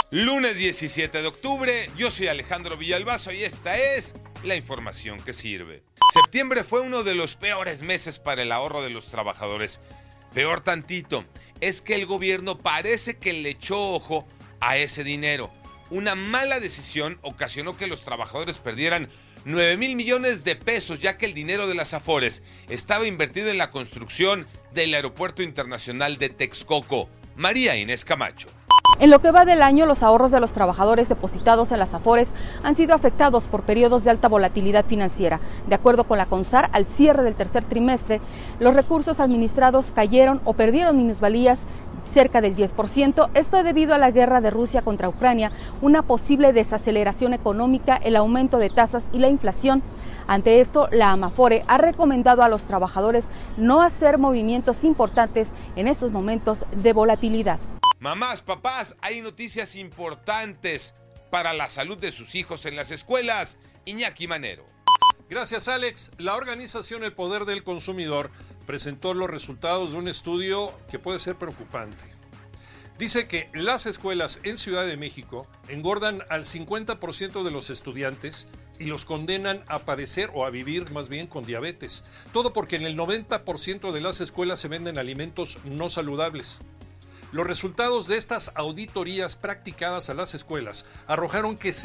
Lunes 17 de octubre, yo soy Alejandro Villalbazo y esta es la información que sirve. Septiembre fue uno de los peores meses para el ahorro de los trabajadores. Peor tantito, es que el gobierno parece que le echó ojo a ese dinero. Una mala decisión ocasionó que los trabajadores perdieran 9,000 millones de pesos, ya que el dinero de las Afores estaba invertido en la construcción del Aeropuerto Internacional de Texcoco. María Inés Camacho. En lo que va del año, los ahorros de los trabajadores depositados en las Afores han sido afectados por periodos de alta volatilidad financiera. De acuerdo con la CONSAR, al cierre del tercer trimestre, los recursos administrados cayeron o perdieron minusvalías cerca del 10%, esto debido a la guerra de Rusia contra Ucrania, una posible desaceleración económica, el aumento de tasas y la inflación. Ante esto, la Amafore ha recomendado a los trabajadores no hacer movimientos importantes en estos momentos de volatilidad. Mamás, papás, hay noticias importantes para la salud de sus hijos en las escuelas. Iñaki Manero. Gracias, Alex. La organización El Poder del Consumidor presentó los resultados de un estudio que puede ser preocupante. Dice que las escuelas en Ciudad de México engordan al 50% de los estudiantes y los condenan a padecer o a vivir más bien con diabetes. Todo porque en el 90% de las escuelas se venden alimentos no saludables. Los resultados de estas auditorías practicadas a las escuelas arrojaron que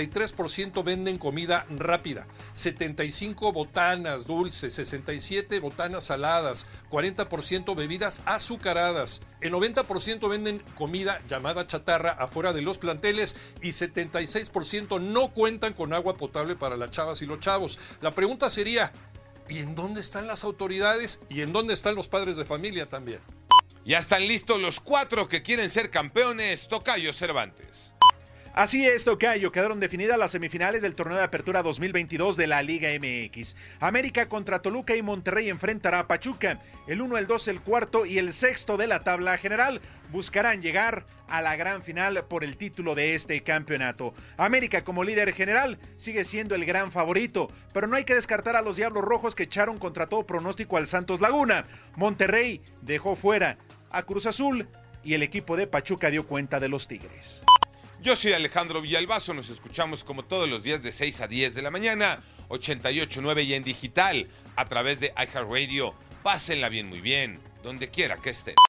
73% venden comida rápida, 75 botanas dulces, 67 botanas saladas, 40% bebidas azucaradas, el 90% venden comida llamada chatarra afuera de los planteles y 76% no cuentan con agua potable para las chavas y los chavos. La pregunta sería, ¿y en dónde están las autoridades? ¿Y en dónde están los padres de familia también? Ya están listos los 4 que quieren ser campeones. Tocayo Cervantes. Así es, Tocayo, quedaron definidas las semifinales del torneo de apertura 2022 de la Liga MX. América contra Toluca y Monterrey enfrentará a Pachuca. El 1, el 2, el cuarto y el sexto de la tabla general buscarán llegar a la gran final por el título de este campeonato. América, como líder general, sigue siendo el gran favorito, pero no hay que descartar a los Diablos Rojos, que echaron contra todo pronóstico al Santos Laguna. Monterrey dejó fuera a Cruz Azul y el equipo de Pachuca dio cuenta de los Tigres. Yo soy Alejandro Villalbazo, nos escuchamos como todos los días de 6 a 10 de la mañana, 88.9 y en digital, a través de iHeartRadio. Pásenla bien, muy bien, donde quiera que estén.